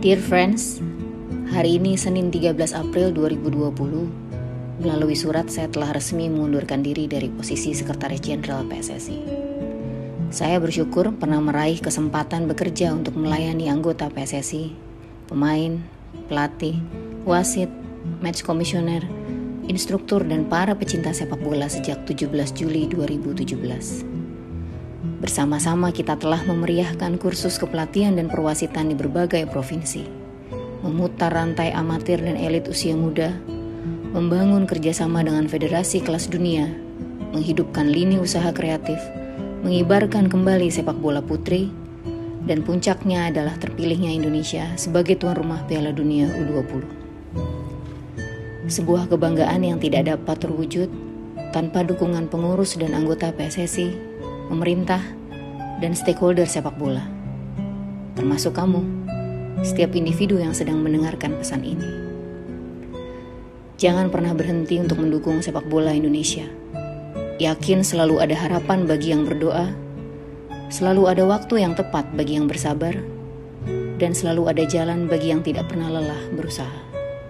Dear friends, hari ini Senin 13 April 2020, melalui surat saya telah resmi mengundurkan diri dari posisi Sekretaris Jenderal PSSI. Saya bersyukur pernah meraih kesempatan bekerja untuk melayani anggota PSSI, pemain, pelatih, wasit, match komisioner, instruktur dan para pecinta sepak bola sejak 17 Juli 2017. Bersama-sama kita telah memeriahkan kursus kepelatihan dan perwasitan di berbagai provinsi, memutar rantai amatir dan elit usia muda, membangun kerjasama dengan federasi kelas dunia, menghidupkan lini usaha kreatif, mengibarkan kembali sepak bola putri, dan puncaknya adalah terpilihnya Indonesia sebagai tuan rumah Piala Dunia U20. Sebuah kebanggaan yang tidak dapat terwujud tanpa dukungan pengurus dan anggota PSSI, pemerintah, dan stakeholder sepak bola. Termasuk kamu, setiap individu yang sedang mendengarkan pesan ini. Jangan pernah berhenti untuk mendukung sepak bola Indonesia. Yakin selalu ada harapan bagi yang berdoa, selalu ada waktu yang tepat bagi yang bersabar, dan selalu ada jalan bagi yang tidak pernah lelah berusaha.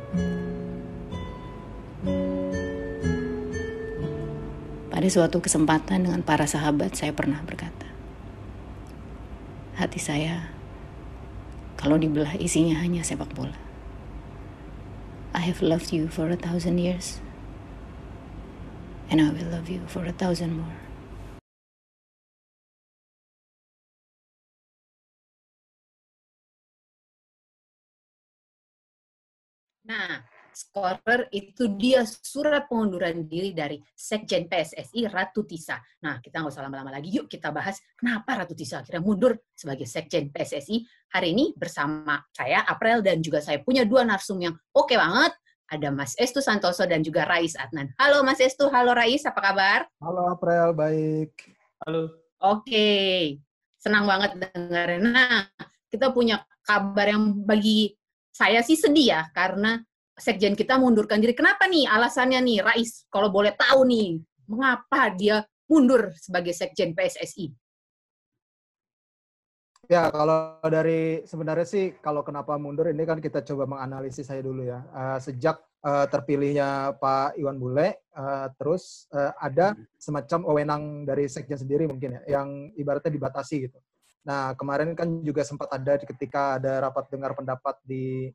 Pada suatu kesempatan dengan para sahabat, saya pernah berkata, hati saya, kalau dibelah isinya hanya sepak bola. I have loved you for 1,000 years, and I will love you for 1,000 more. Nah, Scorer itu dia surat pengunduran diri dari Sekjen PSSI Ratu Tisa. Nah, kita nggak usah lama-lama lagi. Yuk kita bahas kenapa Ratu Tisa akhirnya mundur sebagai Sekjen PSSI. Hari ini bersama saya, April, dan juga saya punya dua narsum yang oke banget. Ada Mas Estu Santoso dan juga Rais Adnan. Halo Mas Estu, halo Rais, apa kabar? Halo April, baik. Halo. Oke, senang banget dengarnya. Nah, kita punya kabar yang bagi saya sih sedih ya, karena Sekjen kita mundurkan diri. Kenapa nih alasannya nih, Rais? Kalau boleh tahu nih, mengapa dia mundur sebagai Sekjen PSSI? Ya, kalau dari sebenarnya sih, kalau kenapa mundur ini kan kita coba menganalisis saya dulu ya. Sejak terpilihnya Pak Iwan Bule, terus ada semacam wewenang dari Sekjen sendiri mungkin ya, yang ibaratnya dibatasi gitu. Nah, kemarin kan juga sempat ada ketika ada rapat dengar pendapat di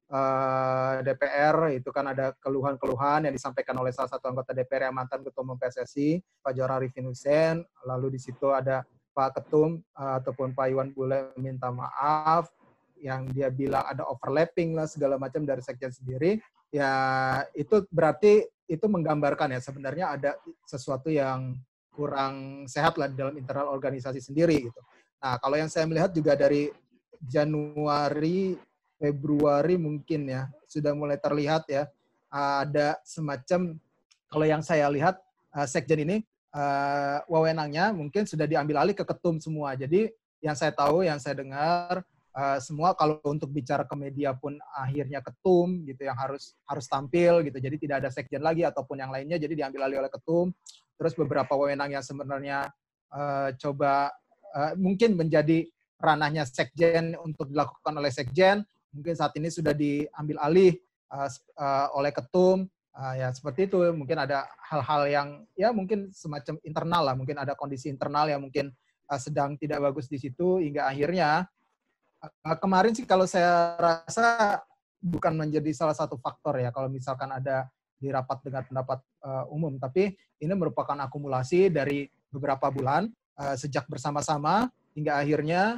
DPR, itu kan ada keluhan-keluhan yang disampaikan oleh salah satu anggota DPR yang mantan Ketua Umum PSSI, Pak Johar Arifin Hussein. Lalu di situ ada Pak Ketum ataupun Pak Iwan Bule minta maaf, yang dia bilang ada overlapping lah segala macam dari Sekjen sendiri. Ya itu berarti itu menggambarkan ya sebenarnya ada sesuatu yang kurang sehat lah dalam internal organisasi sendiri gitu. Nah, kalau yang saya melihat juga dari Januari, Februari mungkin ya, sudah mulai terlihat ya, ada semacam, kalau yang saya lihat, Sekjen ini, wewenangnya mungkin sudah diambil alih ke ketum semua. Jadi yang saya tahu, yang saya dengar, semua kalau untuk bicara ke media pun akhirnya ketum gitu yang harus tampil gitu. Jadi tidak ada Sekjen lagi ataupun yang lainnya, jadi diambil alih oleh ketum. Terus beberapa wewenang yang sebenarnya mungkin menjadi ranahnya Sekjen untuk dilakukan oleh Sekjen, mungkin saat ini sudah diambil alih oleh ketum, ya seperti itu. Mungkin ada hal-hal yang ya mungkin semacam internal lah, mungkin ada kondisi internal yang mungkin sedang tidak bagus di situ, hingga akhirnya kemarin sih kalau saya rasa bukan menjadi salah satu faktor ya kalau misalkan ada di rapat dengar pendapat umum, tapi ini merupakan akumulasi dari beberapa bulan sejak bersama-sama hingga akhirnya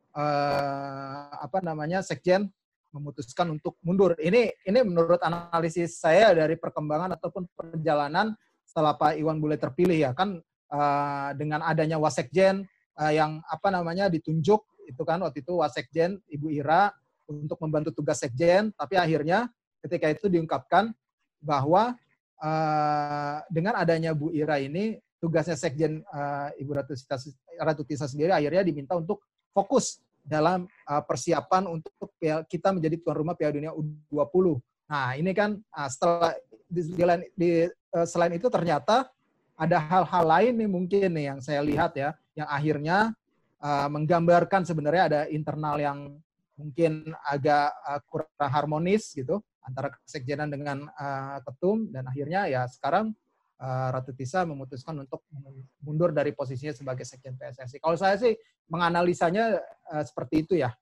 Sekjen memutuskan untuk mundur. Ini menurut analisis saya dari perkembangan ataupun perjalanan setelah Pak Iwan Bule terpilih ya kan, dengan adanya Wasekjen yang ditunjuk itu kan waktu itu Wasekjen Ibu Ira untuk membantu tugas Sekjen, tapi akhirnya ketika itu diungkapkan bahwa dengan adanya Bu Ira ini tugasnya Sekjen Ibu Ratu Tisa sendiri akhirnya diminta untuk fokus dalam persiapan untuk kita menjadi tuan rumah Piala Dunia U20. Nah, ini kan setelah selain itu ternyata ada hal-hal lain nih mungkin nih yang saya lihat ya, yang akhirnya menggambarkan sebenarnya ada internal yang mungkin agak kurang harmonis gitu antara kesekjenan dengan ketum, dan akhirnya ya sekarang Ratu Tisa memutuskan untuk mundur dari posisinya sebagai sekjen PSSI. Kalau saya sih menganalisanya seperti itu ya.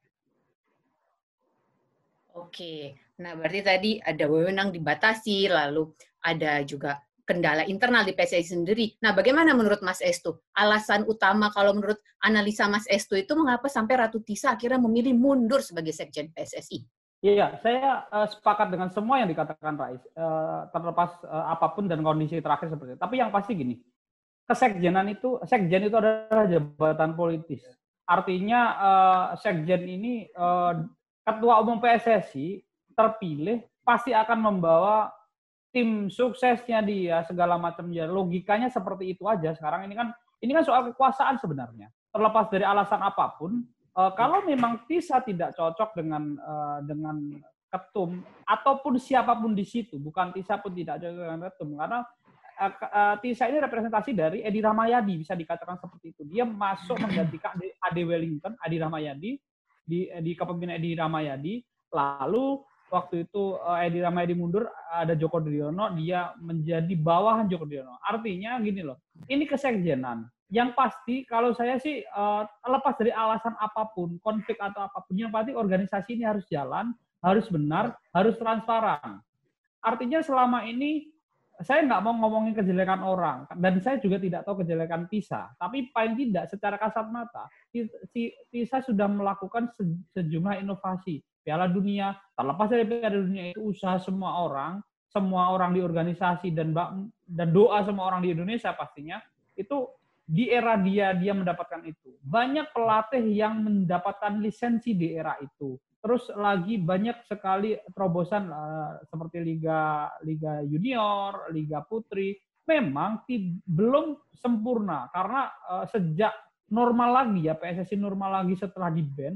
Oke, nah berarti tadi ada wewenang dibatasi, lalu ada juga kendala internal di PSSI sendiri. Nah, bagaimana menurut Mas Estu? Alasan utama kalau menurut analisa Mas Estu itu mengapa sampai Ratu Tisa akhirnya memilih mundur sebagai sekjen PSSI? Iya, saya sepakat dengan semua yang dikatakan Rais, terlepas apapun dan kondisi terakhir seperti itu. Tapi yang pasti gini, sekjen itu adalah jabatan politis. Artinya sekjen ini ketua umum PSSI terpilih pasti akan membawa tim suksesnya dia segala macamnya. Logikanya seperti itu aja. Sekarang ini kan soal kekuasaan sebenarnya. Terlepas dari alasan apapun, kalau memang Tisa tidak cocok dengan ketum ataupun siapapun di situ, bukan Tisa pun tidak cocok dengan ketum, karena Tisa ini representasi dari Edi Rahmayadi, bisa dikatakan seperti itu. Dia masuk menggantikan Ade Wellington, Edi Rahmayadi di kepemimpinan Edi Rahmayadi. Lalu waktu itu Edi Rahmayadi mundur, ada Joko Driono, dia menjadi bawahan Joko Driono. Artinya gini loh, ini kesekjenan. Yang pasti kalau saya sih lepas dari alasan apapun, konflik atau apapun, yang pasti organisasi ini harus jalan, harus benar, harus transparan. Artinya selama ini saya nggak mau ngomongin kejelekan orang, dan saya juga tidak tahu kejelekan Tisa, tapi paling tidak secara kasat mata, Tisa sudah melakukan sejumlah inovasi. Piala Dunia, terlepas dari Piala Dunia itu usaha semua orang di organisasi dan doa semua orang di Indonesia pastinya, itu di era dia mendapatkan itu. Banyak pelatih yang mendapatkan lisensi di era itu. Terus lagi banyak sekali terobosan seperti Liga Junior, Liga Putri. Memang belum sempurna karena sejak normal lagi ya, PSSI normal lagi setelah di-ban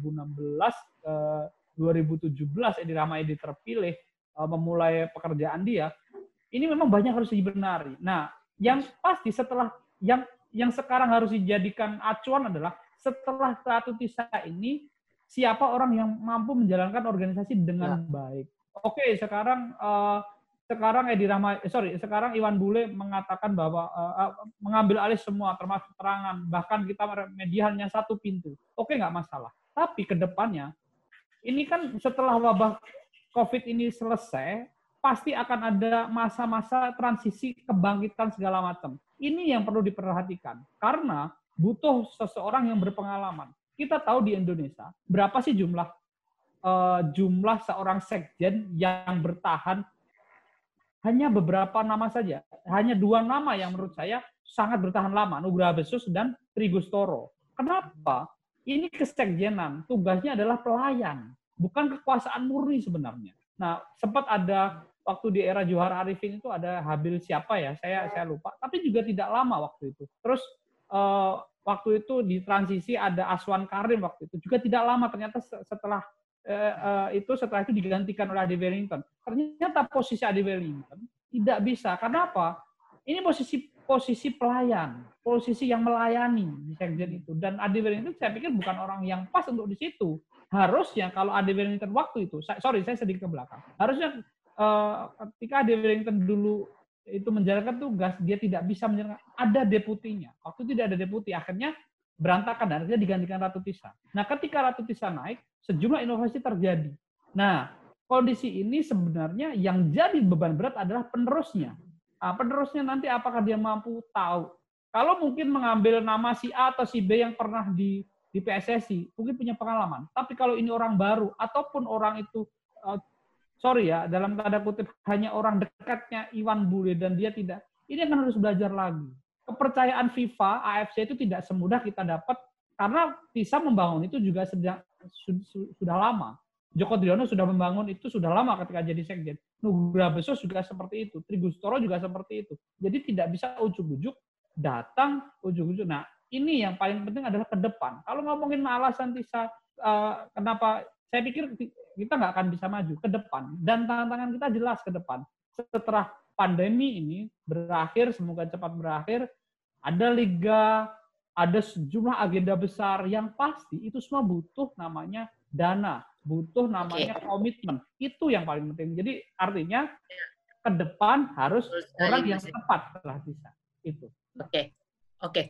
2016 2017 Edi Rahmayadi terpilih memulai pekerjaan dia, ini memang banyak harus dibenahi. Nah, yang pasti setelah yang sekarang harus dijadikan acuan adalah setelah Ratu Tisa ini siapa orang yang mampu menjalankan organisasi dengan baik. Oke, sekarang sekarang Iwan Bule mengatakan bahwa mengambil alih semua termasuk terangan, bahkan kita media hanya satu pintu. Oke, nggak masalah. Tapi ke depannya ini kan setelah wabah COVID ini selesai, pasti akan ada masa-masa transisi kebangkitan segala macam. Ini yang perlu diperhatikan karena butuh seseorang yang berpengalaman. Kita tahu di Indonesia berapa sih jumlah seorang sekjen yang bertahan, hanya beberapa nama saja. Hanya 2 nama yang menurut saya sangat bertahan lama, Nugraha Besus dan Trigustoro. Kenapa? Ini kesekjenan, tugasnya adalah pelayan, bukan kekuasaan murni sebenarnya. Nah, sempat ada waktu di era Johar Arifin itu ada Habil siapa ya, saya lupa. Tapi juga tidak lama waktu itu. Terus waktu itu di transisi ada Aswan Karim waktu itu juga tidak lama. Ternyata setelah itu digantikan oleh Ade Wellington. Ternyata posisi Ade Wellington tidak bisa. Karena apa? Ini posisi pelayan, posisi yang melayani di sekjen itu. Dan Ade Wellington saya pikir bukan orang yang pas untuk di situ. Harusnya kalau Ade Wellington waktu itu, saya sedikit ke belakang. Harusnya ketika Ade Wellington dulu itu menjalankan tugas, dia tidak bisa menjalankan, ada deputinya. Waktu itu tidak ada deputi, akhirnya berantakan, dan akhirnya digantikan Ratu Tisa. Nah, ketika Ratu Tisa naik, sejumlah inovasi terjadi. Nah, kondisi ini sebenarnya yang jadi beban berat adalah penerusnya. Nah, penerusnya nanti apakah dia mampu tahu? Kalau mungkin mengambil nama si A atau si B yang pernah di PSSI, mungkin punya pengalaman. Tapi kalau ini orang baru, ataupun orang itu dalam tanda kutip hanya orang dekatnya Iwan Bule dan dia tidak, ini akan harus belajar lagi. Kepercayaan FIFA, AFC itu tidak semudah kita dapat karena Tisa membangun itu juga sudah lama. Joko Driono sudah membangun itu sudah lama ketika jadi sekjen. Nugraha Besus juga seperti itu, Trigustoro juga seperti itu. Jadi tidak bisa ujuk-ujuk datang ujuk-ujuk. Nah, ini yang paling penting adalah ke depan. Kalau ngomongin alasan Tisa kenapa, saya pikir kita nggak akan bisa maju ke depan. Dan tantangan kita jelas ke depan. Setelah pandemi ini berakhir, semoga cepat berakhir, ada liga, ada sejumlah agenda besar yang pasti itu semua butuh namanya dana, butuh namanya komitmen. Itu yang paling penting. Jadi artinya ke depan harus orang yang tepat setelah bisa. Itu. Oke.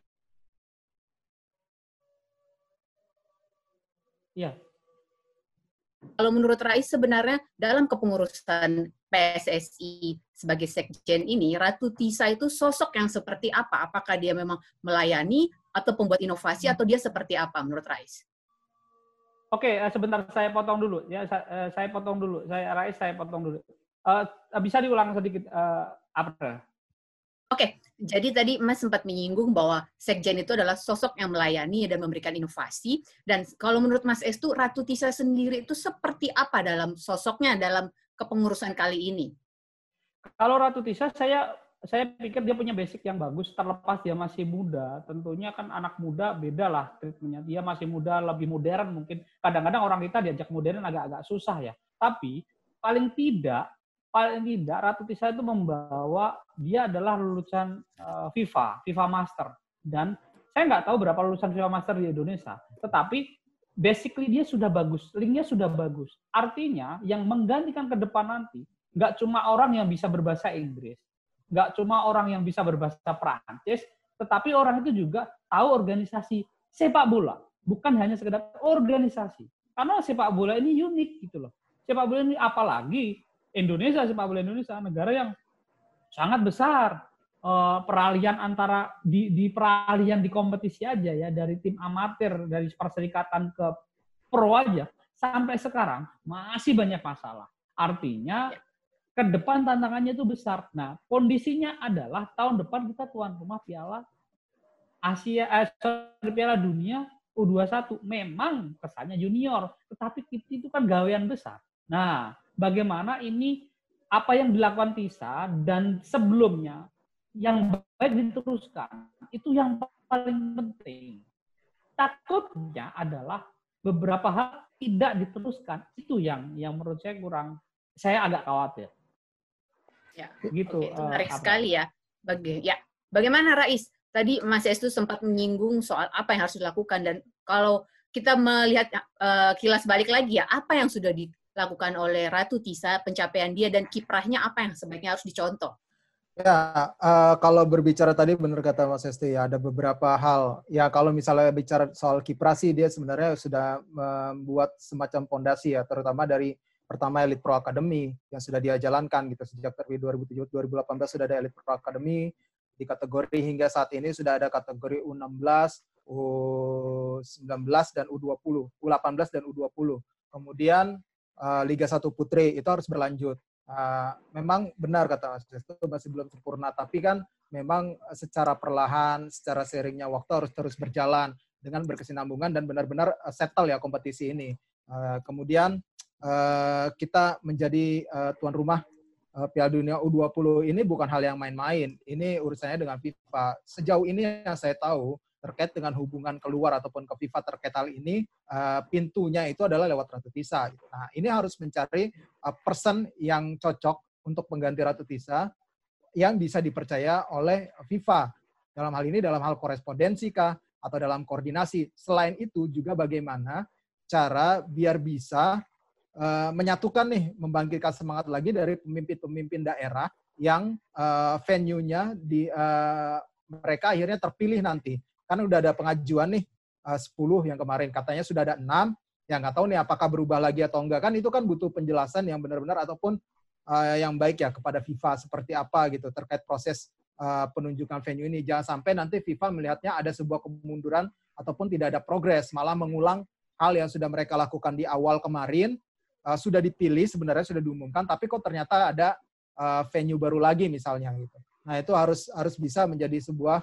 Iya. Kalau menurut Rais sebenarnya dalam kepengurusan PSSI sebagai sekjen ini, Ratu Tisa itu sosok yang seperti apa? Apakah dia memang melayani atau pembuat inovasi atau dia seperti apa menurut Rais? Oke, sebentar saya potong dulu ya. Saya potong dulu. Saya potong dulu. Bisa diulang sedikit, April? Oke, jadi tadi Mas sempat menyinggung bahwa sekjen itu adalah sosok yang melayani dan memberikan inovasi. Dan kalau menurut Mas Estu, Ratu Tisa sendiri itu seperti apa dalam sosoknya dalam kepengurusan kali ini? Kalau Ratu Tisa, saya pikir dia punya basic yang bagus, terlepas dia masih muda. Tentunya kan anak muda beda lah treatmentnya. Dia masih muda, lebih modern mungkin. Kadang-kadang orang kita diajak modern agak-agak susah ya. Tapi paling tidak Ratu Tisa itu membawa, dia adalah lulusan FIFA Master. Dan saya nggak tahu berapa lulusan FIFA Master di Indonesia. Tetapi basically dia sudah bagus, linknya sudah bagus. Artinya yang menggantikan ke depan nanti, nggak cuma orang yang bisa berbahasa Inggris, nggak cuma orang yang bisa berbahasa Perancis, tetapi orang itu juga tahu organisasi sepak bola. Bukan hanya sekedar organisasi. Karena sepak bola ini unik gitu loh. Sepak bola ini apalagi Indonesia, sepak bola Indonesia, negara yang sangat besar. Peralihan antara di peralihan di kompetisi aja ya, dari tim amatir, dari perserikatan ke pro aja, sampai sekarang masih banyak masalah. Artinya ke depan tantangannya itu besar. Nah, kondisinya adalah tahun depan kita tuan rumah Piala Piala Dunia U21. Memang kesannya junior, tetapi itu kan gawean besar. Nah, bagaimana ini apa yang dilakukan Tisa dan sebelumnya yang baik diteruskan, itu yang paling penting. Takutnya adalah beberapa hal tidak diteruskan, itu yang menurut saya kurang, saya agak khawatir. Ya, gitu. Itu menarik sekali ya. Bagaimana Rais? Tadi Mas Estu sempat menyinggung soal apa yang harus dilakukan, dan kalau kita melihat kilas balik lagi ya, apa yang sudah dilakukan oleh Ratu Tisa, pencapaian dia dan kiprahnya apa yang sebaiknya harus dicontoh? Ya, kalau berbicara tadi benar kata Mas Esti ya, ada beberapa hal. Ya kalau misalnya bicara soal kiprah sih, dia sebenarnya sudah membuat semacam fondasi ya, terutama dari pertama Elite Pro Academy yang sudah dia jalankan gitu sejak dari 2017-2018 sudah ada Elite Pro Academy di kategori, hingga saat ini sudah ada kategori U16, U19 dan U20, U18 dan U20. Kemudian Liga 1 Putri itu harus berlanjut. Memang benar kata Mas Estu, itu masih belum sempurna, tapi kan memang secara perlahan, secara sharingnya waktu harus terus berjalan dengan berkesinambungan dan benar-benar settle ya kompetisi ini. Kemudian kita menjadi tuan rumah Piala Dunia U20 ini bukan hal yang main-main. Ini urusannya dengan FIFA. Sejauh ini yang saya tahu terkait dengan hubungan keluar ataupun ke FIFA terkait hal ini, pintunya itu adalah lewat Ratu Tisa. Nah, ini harus mencari person yang cocok untuk mengganti Ratu Tisa yang bisa dipercaya oleh FIFA. Dalam hal ini, dalam hal korespondensi kah, atau dalam koordinasi. Selain itu juga bagaimana cara biar bisa menyatukan nih, membangkitkan semangat lagi dari pemimpin-pemimpin daerah yang venue-nya mereka akhirnya terpilih nanti. Kan udah ada pengajuan nih 10 yang kemarin, katanya sudah ada 6, yang nggak tahu nih apakah berubah lagi atau enggak, kan itu kan butuh penjelasan yang benar-benar ataupun yang baik ya kepada FIFA seperti apa gitu terkait proses penunjukan venue ini. Jangan sampai nanti FIFA melihatnya ada sebuah kemunduran ataupun tidak ada progres, malah mengulang hal yang sudah mereka lakukan di awal kemarin, sudah dipilih sebenarnya, sudah diumumkan, tapi kok ternyata ada venue baru lagi misalnya gitu. Nah, itu harus bisa menjadi sebuah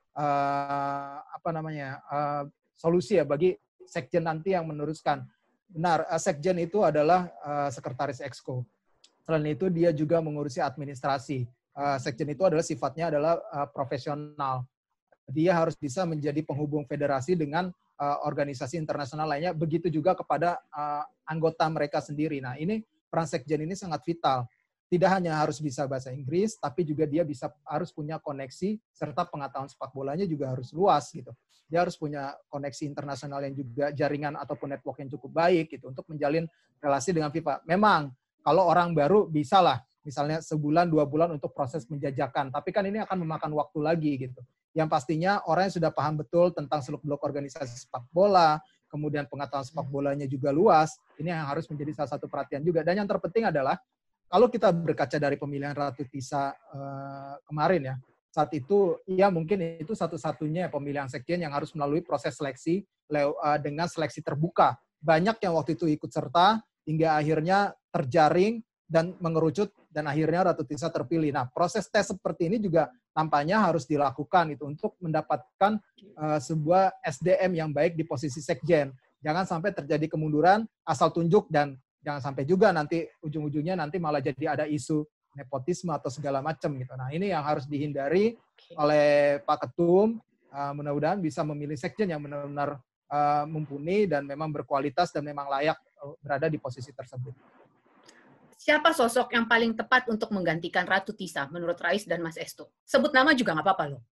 solusi ya bagi sekjen nanti yang meneruskan. Benar, sekjen itu adalah sekretaris exco. Selain itu dia juga mengurusi administrasi. Sekjen itu adalah sifatnya adalah profesional. Dia harus bisa menjadi penghubung federasi dengan organisasi internasional lainnya, begitu juga kepada anggota mereka sendiri. Nah, ini peran sekjen ini sangat vital. tidak hanya harus bisa bahasa Inggris, tapi juga dia harus punya koneksi serta pengetahuan sepak bolanya juga harus luas gitu. Dia harus punya koneksi internasional yang juga jaringan ataupun network yang cukup baik gitu untuk menjalin relasi dengan FIFA. Memang kalau orang baru bisa lah, misalnya sebulan 2 bulan untuk proses menjajakan, tapi kan ini akan memakan waktu lagi gitu. Yang pastinya orang yang sudah paham betul tentang seluk-beluk organisasi sepak bola, kemudian pengetahuan sepak bolanya juga luas, ini yang harus menjadi salah satu perhatian juga. Dan yang terpenting adalah kalau kita berkaca dari pemilihan Ratu Tisa kemarin ya, saat itu ya mungkin itu satu-satunya pemilihan sekjen yang harus melalui proses seleksi dengan seleksi terbuka. Banyak yang waktu itu ikut serta hingga akhirnya terjaring dan mengerucut dan akhirnya Ratu Tisa terpilih. Nah, proses tes seperti ini juga nampaknya harus dilakukan itu untuk mendapatkan sebuah SDM yang baik di posisi sekjen. Jangan sampai terjadi kemunduran asal tunjuk dan jangan sampai juga nanti ujung-ujungnya nanti malah jadi ada isu nepotisme atau segala macam gitu. Nah, ini yang harus dihindari oleh Pak Ketum. Mudah-mudahan bisa memilih sekjen yang benar-benar mumpuni dan memang berkualitas dan memang layak berada di posisi tersebut. Siapa sosok yang paling tepat untuk menggantikan Ratu Tisa menurut Rais dan Mas Estu? Sebut nama juga nggak apa-apa loh.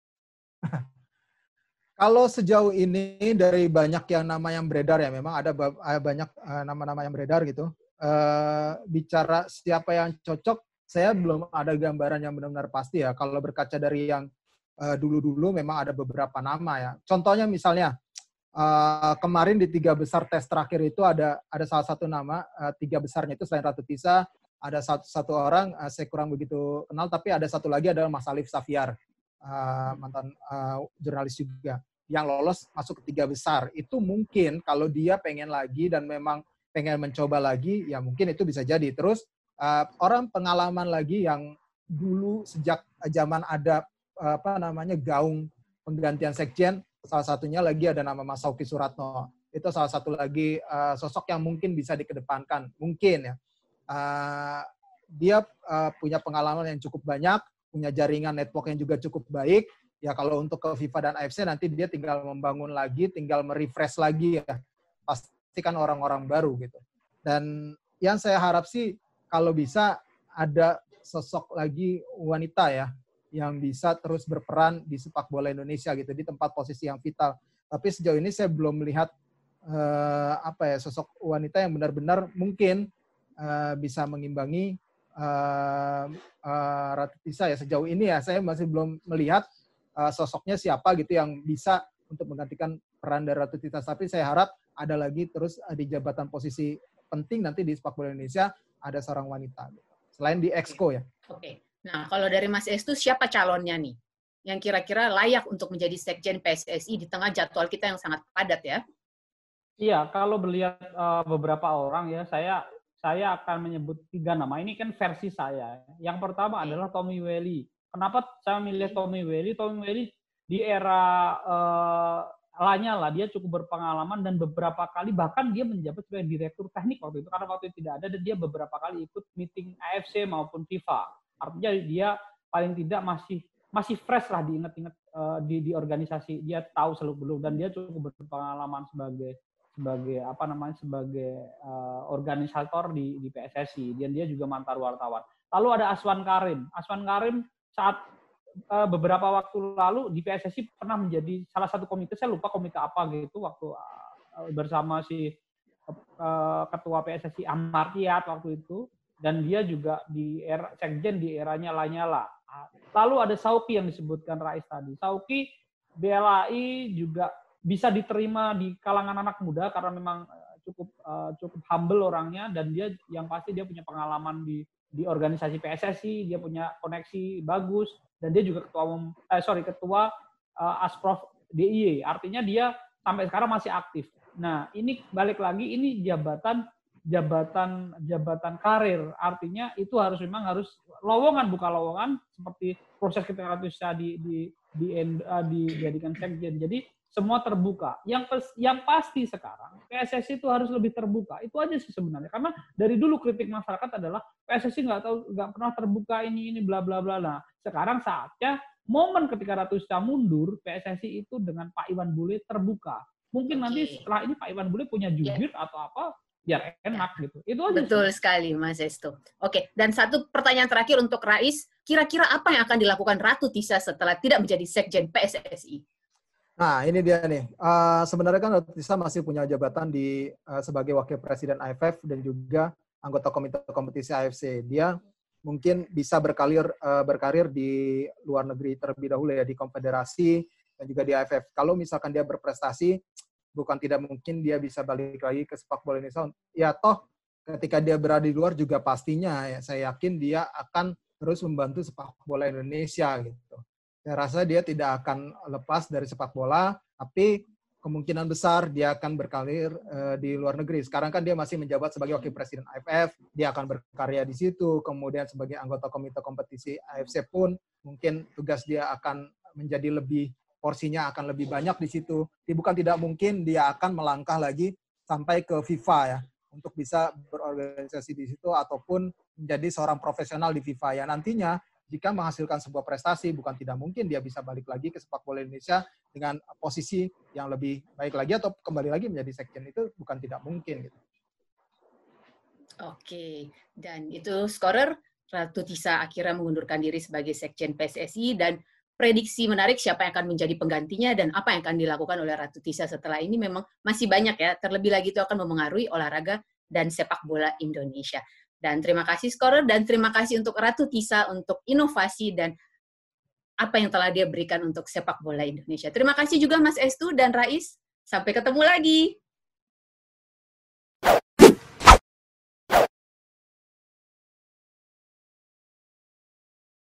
Kalau sejauh ini dari banyak nama yang beredar ya, memang ada banyak nama-nama yang beredar gitu. Bicara siapa yang cocok, saya belum ada gambaran yang benar-benar pasti ya. Kalau berkaca dari yang dulu-dulu memang ada beberapa nama ya. Contohnya misalnya kemarin di 3 besar tes terakhir itu ada salah satu nama, 3 besarnya itu selain Ratu Tisa, ada satu orang saya kurang begitu kenal, tapi ada satu lagi adalah Mas Alif Safiar, mantan jurnalis juga, yang lolos masuk ke 3 besar. Itu mungkin kalau dia pengen lagi dan memang pengen mencoba lagi, ya mungkin itu bisa jadi. Terus orang pengalaman lagi yang dulu sejak zaman ada gaung penggantian sekjen, salah satunya lagi ada nama Mas Sauki Suratno. Itu salah satu lagi sosok yang mungkin bisa dikedepankan. Mungkin ya. Dia punya pengalaman yang cukup banyak, punya jaringan network yang juga cukup baik. Ya kalau untuk ke FIFA dan AFC nanti dia tinggal membangun lagi, tinggal merefresh lagi ya. Pastikan orang-orang baru gitu. Dan yang saya harap sih kalau bisa ada sosok lagi wanita ya yang bisa terus berperan di sepak bola Indonesia gitu di tempat posisi yang vital. Tapi sejauh ini saya belum melihat sosok wanita yang benar-benar mungkin bisa mengimbangi Ratu Tisa ya. Sejauh ini ya saya masih belum melihat sosoknya siapa gitu yang bisa untuk menggantikan peran dari Ratu Tisa. Tapi saya harap ada lagi terus di jabatan posisi penting nanti di sepak bola Indonesia ada seorang wanita. Selain di Exco ya. Oke. Nah, kalau dari Mas Estu siapa calonnya nih? Yang kira-kira layak untuk menjadi sekjen PSSI di tengah jadwal kita yang sangat padat ya? Iya, kalau melihat beberapa orang ya, saya akan menyebut 3 nama. Ini kan versi saya. Yang pertama adalah Tommy Welly. Kenapa saya memilih Tommy Welly? Tommy Welly di era Lanyala dia cukup berpengalaman dan beberapa kali bahkan dia menjabat sebagai direktur teknik waktu itu karena waktu itu tidak ada dan dia beberapa kali ikut meeting AFC maupun FIFA. Artinya dia paling tidak masih fresh lah diingat-ingat di organisasi. Dia tahu seluk-beluk dan dia cukup berpengalaman sebagai organisator di PSSI dan dia juga mantan wartawan. Lalu ada Aswan Karim. Aswan Karim saat beberapa waktu lalu di PSSI pernah menjadi salah satu komite, saya lupa komite apa gitu waktu bersama si ketua PSSI Amartyat waktu itu dan dia juga di era sekjen di eranya Lanyala. Lalu ada Sauki yang disebutkan Rais tadi. Sauki BLAI juga bisa diterima di kalangan anak muda karena memang cukup humble orangnya dan dia yang pasti dia punya pengalaman di organisasi PSSI, dia punya koneksi bagus dan dia juga ketua Asprof DIY. Artinya dia sampai sekarang masih aktif. Nah, ini balik lagi ini jabatan karir. Artinya itu harus lowongan bukan lowongan seperti proses ketika bisa dijadikan sekjen. Jadi semua terbuka. Yang pasti sekarang PSSI itu harus lebih terbuka. Itu aja sih sebenarnya. Karena dari dulu kritik masyarakat adalah PSSI nggak pernah terbuka ini bla bla bla. Nah, sekarang saatnya momen ketika Ratu Tisa mundur, PSSI itu dengan Pak Iwan Bule terbuka. Mungkin nanti setelah ini Pak Iwan Bule punya jubir atau apa, biar enak gitu. Itu aja. Betul sekali, Mas Esto. Oke, dan satu pertanyaan terakhir untuk Rais, kira-kira apa yang akan dilakukan Ratu Tisa setelah tidak menjadi Sekjen PSSI? Nah, ini dia nih. Sebenarnya kan Ratu Tisa masih punya jabatan sebagai Wakil Presiden AFF dan juga anggota Komite Kompetisi AFC. Dia mungkin bisa berkarir di luar negeri terlebih dahulu ya, di konfederasi dan juga di AFF. Kalau misalkan dia berprestasi, bukan tidak mungkin dia bisa balik lagi ke sepak bola Indonesia. Ya toh ketika dia berada di luar juga pastinya ya, saya yakin dia akan terus membantu sepak bola Indonesia gitu. Saya rasa dia tidak akan lepas dari sepak bola, tapi kemungkinan besar dia akan berkarir di luar negeri. Sekarang kan dia masih menjabat sebagai Wakil Presiden AFF, dia akan berkarya di situ, kemudian sebagai anggota Komite Kompetisi AFC pun mungkin tugas dia akan menjadi porsinya akan lebih banyak di situ. Bukan tidak mungkin dia akan melangkah lagi sampai ke FIFA ya, untuk bisa berorganisasi di situ ataupun menjadi seorang profesional di FIFA ya. Nantinya jika menghasilkan sebuah prestasi, bukan tidak mungkin dia bisa balik lagi ke sepak bola Indonesia dengan posisi yang lebih baik lagi atau kembali lagi menjadi sekjen, itu bukan tidak mungkin gitu. Oke, dan itu Scorer, Ratu Tisa akhirnya mengundurkan diri sebagai Sekjen PSSI, dan prediksi menarik siapa yang akan menjadi penggantinya dan apa yang akan dilakukan oleh Ratu Tisa setelah ini memang masih banyak ya. Terlebih lagi itu akan memengaruhi olahraga dan sepak bola Indonesia. Dan terima kasih Scorer, dan terima kasih untuk Ratu Tisa untuk inovasi dan apa yang telah dia berikan untuk sepak bola Indonesia. Terima kasih juga Mas Estu dan Rais. Sampai ketemu lagi.